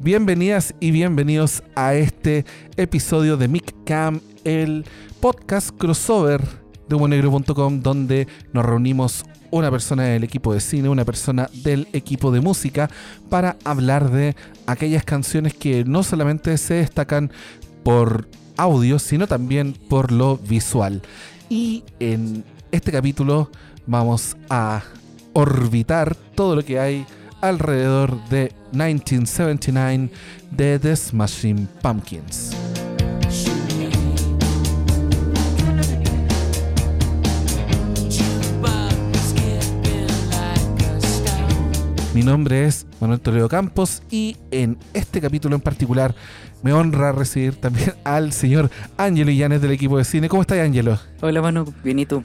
Bienvenidas y bienvenidos a este episodio de MicCam, el podcast crossover de humonegro.com, donde nos reunimos una persona del equipo de cine, una persona del equipo de música, para hablar de aquellas canciones que no solamente se destacan por audio, sino también por lo visual. Y en este capítulo vamos a orbitar todo lo que hay alrededor de 1979 de The Smashing Pumpkins. Mi nombre es Manuel Toledo Campos y en este capítulo en particular me honra recibir también al señor Ángelo Illanes del equipo de cine. ¿Cómo estás, Ángelo? Hola, Manu, bien, ¿y tú?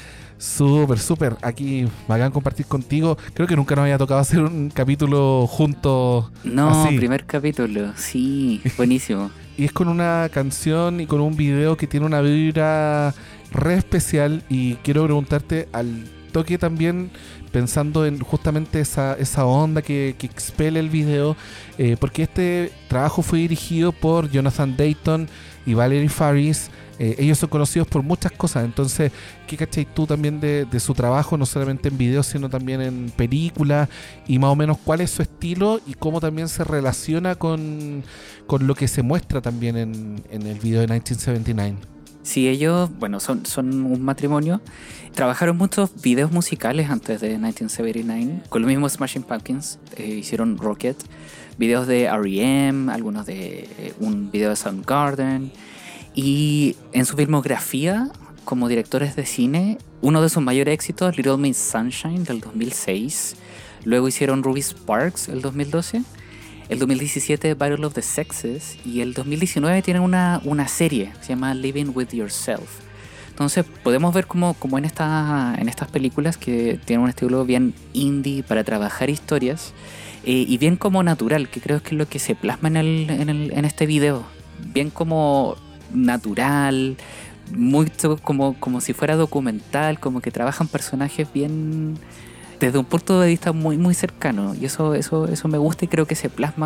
Súper, aquí bacán compartir contigo. Creo que nunca nos había tocado hacer un capítulo juntos. No, así. Primer capítulo, sí, buenísimo. Y es con una canción y con un video que tiene una vibra re especial. Y quiero preguntarte al toque también, pensando en justamente esa onda que expele el video, porque este trabajo fue dirigido por Jonathan Dayton y Valerie Faris. Ellos son conocidos por muchas cosas, entonces, ¿qué cachai tú también de su trabajo, no solamente en videos, sino también en películas? Y más o menos, ¿cuál es su estilo y cómo también se relaciona con lo que se muestra también en el video de 1979? Sí, ellos, bueno, son un matrimonio. Trabajaron muchos videos musicales antes de 1979, con los mismos Smashing Pumpkins. Hicieron Rocket, videos de R.E.M., algunos de un video de Soundgarden. Y en su filmografía, como directores de cine, uno de sus mayores éxitos, Little Miss Sunshine, del 2006. Luego hicieron Ruby Sparks, el 2012. El 2017, Battle of the Sexes. Y el 2019 tienen una serie, se llama Living With Yourself. Entonces podemos ver como en estas películas que tienen un estilo bien indie para trabajar historias, y bien como natural, que creo que es lo que se plasma en este video. Bien como natural, muy como si fuera documental, como que trabajan personajes bien desde un punto de vista muy cercano, y eso me gusta y creo que se plasma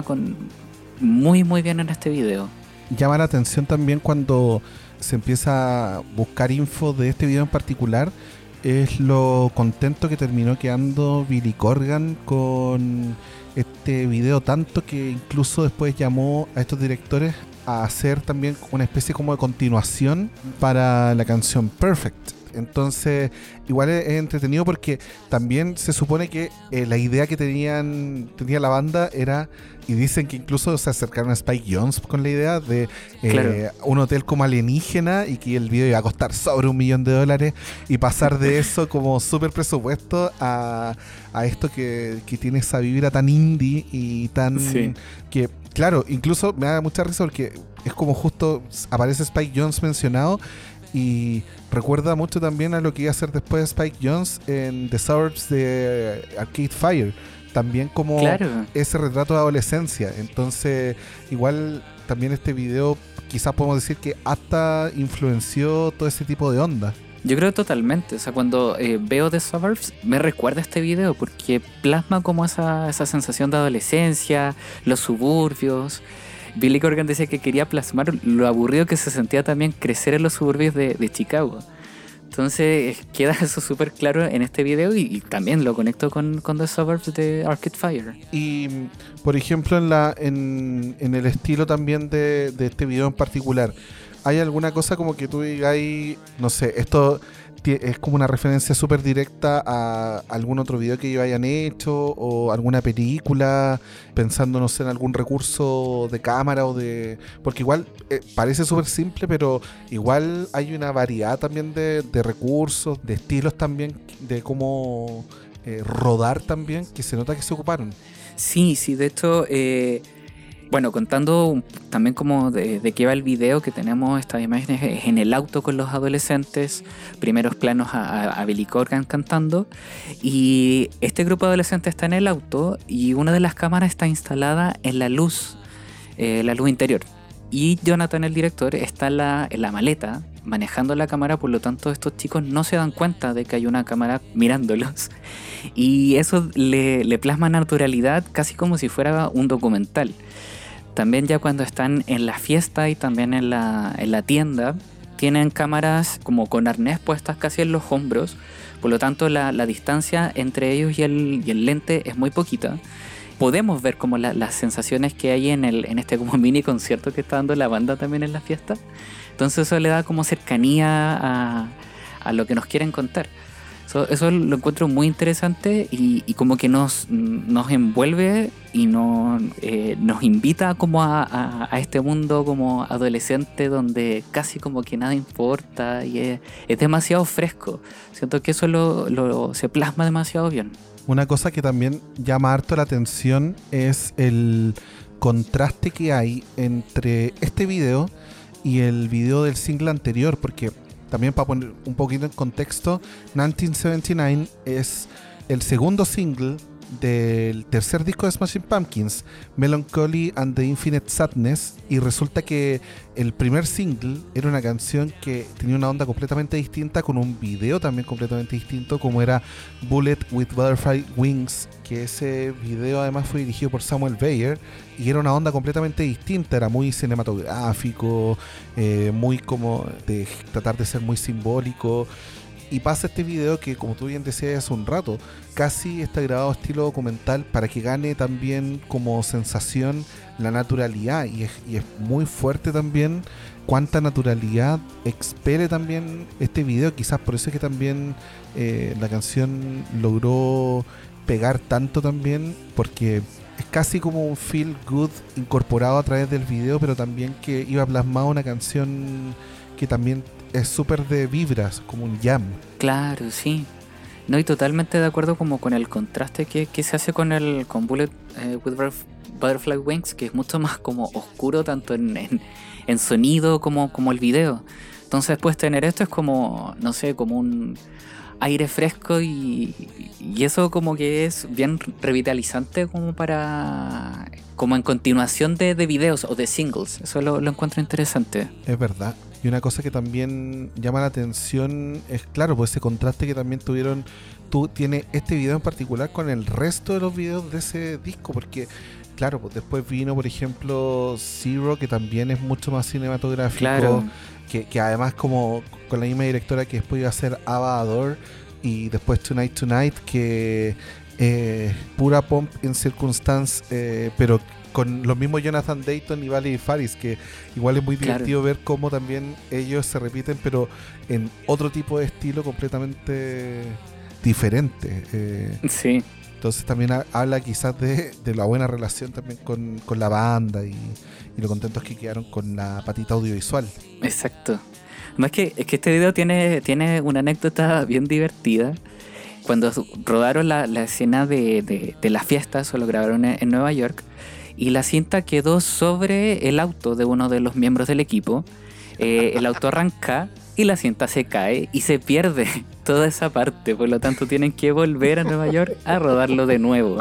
muy bien en este video. Llama la atención también cuando se empieza a buscar info de este video en particular, es lo contento que terminó quedando Billy Corgan con este video, tanto que incluso después llamó a estos directores a hacer también una especie como de continuación para la canción Perfect. Entonces igual es entretenido porque también se supone que la idea que tenía la banda era, y dicen que incluso se acercaron a Spike Jonze con la idea de claro, un hotel como alienígena, y que el video iba a costar sobre $1 millón y pasar de eso como súper presupuesto a esto que tiene esa vibra tan indie y tan... sí. Que claro, incluso me da mucha risa porque es como justo aparece Spike Jonze mencionado, y recuerda mucho también a lo que iba a hacer después Spike Jonze en The Suburbs de Arcade Fire, también como Claro. ese retrato de adolescencia. Entonces igual también este video quizás podemos decir que hasta influenció todo ese tipo de onda. Yo creo totalmente, o sea, cuando veo The Suburbs me recuerda este video porque plasma como esa sensación de adolescencia, los suburbios. Billy Corgan decía que quería plasmar lo aburrido que se sentía también crecer en los suburbios de Chicago. Entonces queda eso súper claro en este video, y también lo conecto con The Suburbs de Arcade Fire. Y por ejemplo en el estilo también de este video en particular, ¿hay alguna cosa como que tú digáis, no sé, esto es como una referencia súper directa a algún otro video que ellos hayan hecho, o alguna película, pensando, no sé, en algún recurso de cámara o de... Porque igual parece súper simple, pero igual hay una variedad también de recursos, de estilos también, de cómo rodar también, que se nota que se ocuparon. Sí, de hecho... Bueno, contando también como de qué va el video, que tenemos estas imágenes en el auto con los adolescentes, primeros planos a Billy Corgan cantando, y este grupo de adolescentes está en el auto y una de las cámaras está instalada en la luz interior, y Jonathan, el director, está en la maleta manejando la cámara, por lo tanto estos chicos no se dan cuenta de que hay una cámara mirándolos, y eso le plasma naturalidad, casi como si fuera un documental. También ya cuando están en la fiesta y también en la tienda, tienen cámaras como con arnés puestas casi en los hombros. Por lo tanto, la distancia entre ellos y el lente es muy poquita. Podemos ver como las sensaciones que hay en este como mini concierto que está dando la banda también en la fiesta. Entonces eso le da como cercanía a lo que nos quieren contar. Eso lo encuentro muy interesante y como que nos envuelve y nos invita como a este mundo como adolescente donde casi como que nada importa y es demasiado fresco. Siento que eso se plasma demasiado bien. Una cosa que también llama harto la atención es el contraste que hay entre este video y el video del single anterior, porque también para poner un poquito en contexto, 1979 es el segundo single del tercer disco de Smashing Pumpkins, Melancholy and the Infinite Sadness, y resulta que el primer single era una canción que tenía una onda completamente distinta, con un video también completamente distinto, como era Bullet with Butterfly Wings, que ese video además fue dirigido por Samuel Bayer y era una onda completamente distinta, era muy cinematográfico, muy como de tratar de ser muy simbólico. Y pasa este video que, como tú bien decías hace un rato, casi está grabado estilo documental para que gane también como sensación la naturalidad. Y es muy fuerte también cuánta naturalidad expele también este video. Quizás por eso es que también la canción logró pegar tanto también, porque es casi como un feel good incorporado a través del video, pero también que iba plasmado una canción que también es súper de vibras, como un jam. Claro, sí. No, y totalmente de acuerdo como con el contraste que se hace con Bullet with Butterfly Wings, que es mucho más como oscuro tanto en sonido como el video. Entonces pues tener esto es como, no sé, como un aire fresco y eso como que es bien revitalizante como en continuación de videos o de singles. Eso lo encuentro interesante. Es verdad. Y una cosa que también llama la atención es, claro, pues ese contraste que también tiene este video en particular con el resto de los videos de ese disco, porque claro, pues después vino, por ejemplo, Zero, que también es mucho más cinematográfico, claro, que además como con la misma directora que después iba a ser Ava Adore, y después Tonight Tonight, que pura pomp in circumstance, pero con los mismos Jonathan Dayton y Valerie Faris, que igual es muy divertido ver cómo también ellos se repiten, pero en otro tipo de estilo completamente diferente. Sí. Entonces también habla quizás de la buena relación también con la banda y lo contentos que quedaron con la patita audiovisual. Exacto. Más que es que este video tiene una anécdota bien divertida. Cuando rodaron la escena de la fiesta, eso lo grabaron en Nueva York, y la cinta quedó sobre el auto de uno de los miembros del equipo. El auto arranca y la cinta se cae y se pierde toda esa parte. Por lo tanto, tienen que volver a Nueva York a rodarlo de nuevo.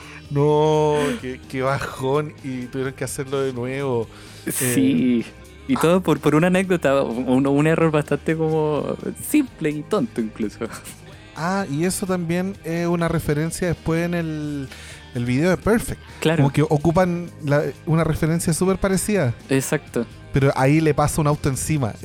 No, qué bajón. Y tuvieron que hacerlo de nuevo. Sí. Y todo por una anécdota, un error bastante como simple y tonto incluso. Ah, y eso también es una referencia después en el video de Perfect. Claro. Como que ocupan una referencia súper parecida. Exacto. Pero ahí le pasa un auto encima.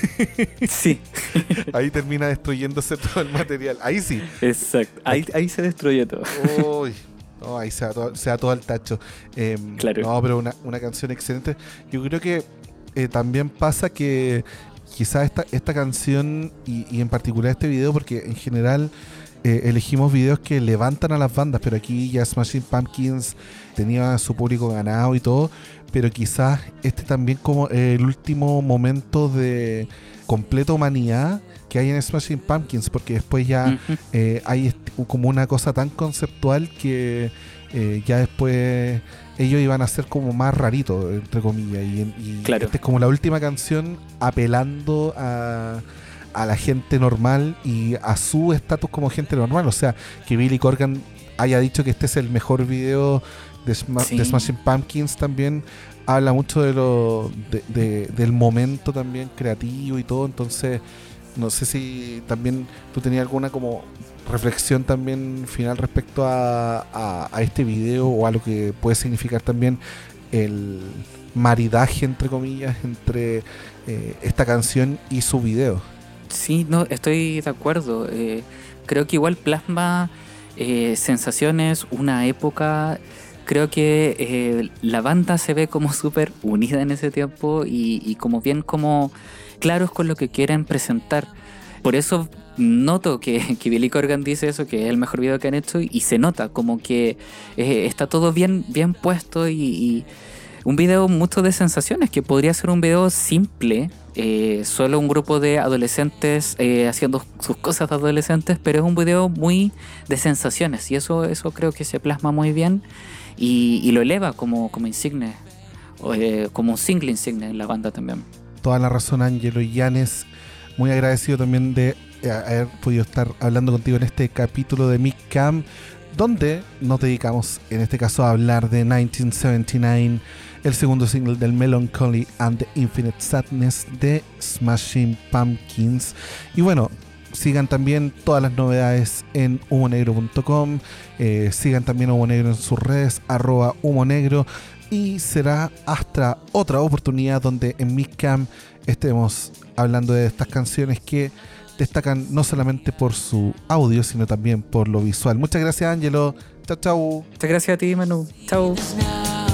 Sí. Ahí termina destruyéndose todo el material. Ahí sí. Exacto. Ahí se destruye todo. Uy. No, ahí se da todo al tacho. Claro. No, pero una canción excelente. Yo creo que también pasa que quizás esta canción y en particular este video, porque en general elegimos videos que levantan a las bandas, pero aquí ya Smashing Pumpkins tenía su público ganado y todo, pero quizás este también como el último momento de completa humanidad que hay en Smashing Pumpkins, porque después ya hay como una cosa tan conceptual que ya después ellos iban a ser como más raritos, entre comillas, y claro. Esta es como la última canción apelando a la gente normal y a su estatus como gente normal. O sea, que Billy Corgan haya dicho que este es el mejor video de Smashing Pumpkins también habla mucho del momento también creativo y todo. Entonces no sé si también tú tenías alguna como reflexión también final respecto a este video o a lo que puede significar también el maridaje, entre comillas, entre esta canción y su video. Sí, no, estoy de acuerdo. Creo que igual plasma sensaciones, una época. Creo que la banda se ve como súper unida en ese tiempo y como bien como claros con lo que quieren presentar. Por eso noto que Billy Corgan dice eso, que es el mejor video que han hecho, y se nota como que está todo bien puesto y un video mucho de sensaciones, que podría ser un video simple, solo un grupo de adolescentes haciendo sus cosas de adolescentes, pero es un video muy de sensaciones y eso creo que se plasma muy bien y lo eleva como insigne, como un single insigne en la banda también. Toda la razón, Ángelo. Y Yanes, muy agradecido también de haber podido estar hablando contigo en este capítulo de Mic Cam, donde nos dedicamos en este caso a hablar de 1979, el segundo single del Melancholy and the Infinite Sadness de Smashing Pumpkins. Y bueno, sigan también todas las novedades en humonegro.com, sigan también a Humo Negro en sus redes, @humonegro, y será hasta otra oportunidad donde en Mic Cam estemos hablando de estas canciones que destacan no solamente por su audio, sino también por lo visual. Muchas gracias, Ángelo. Chao, chao. Muchas gracias a ti, Manu. Chao.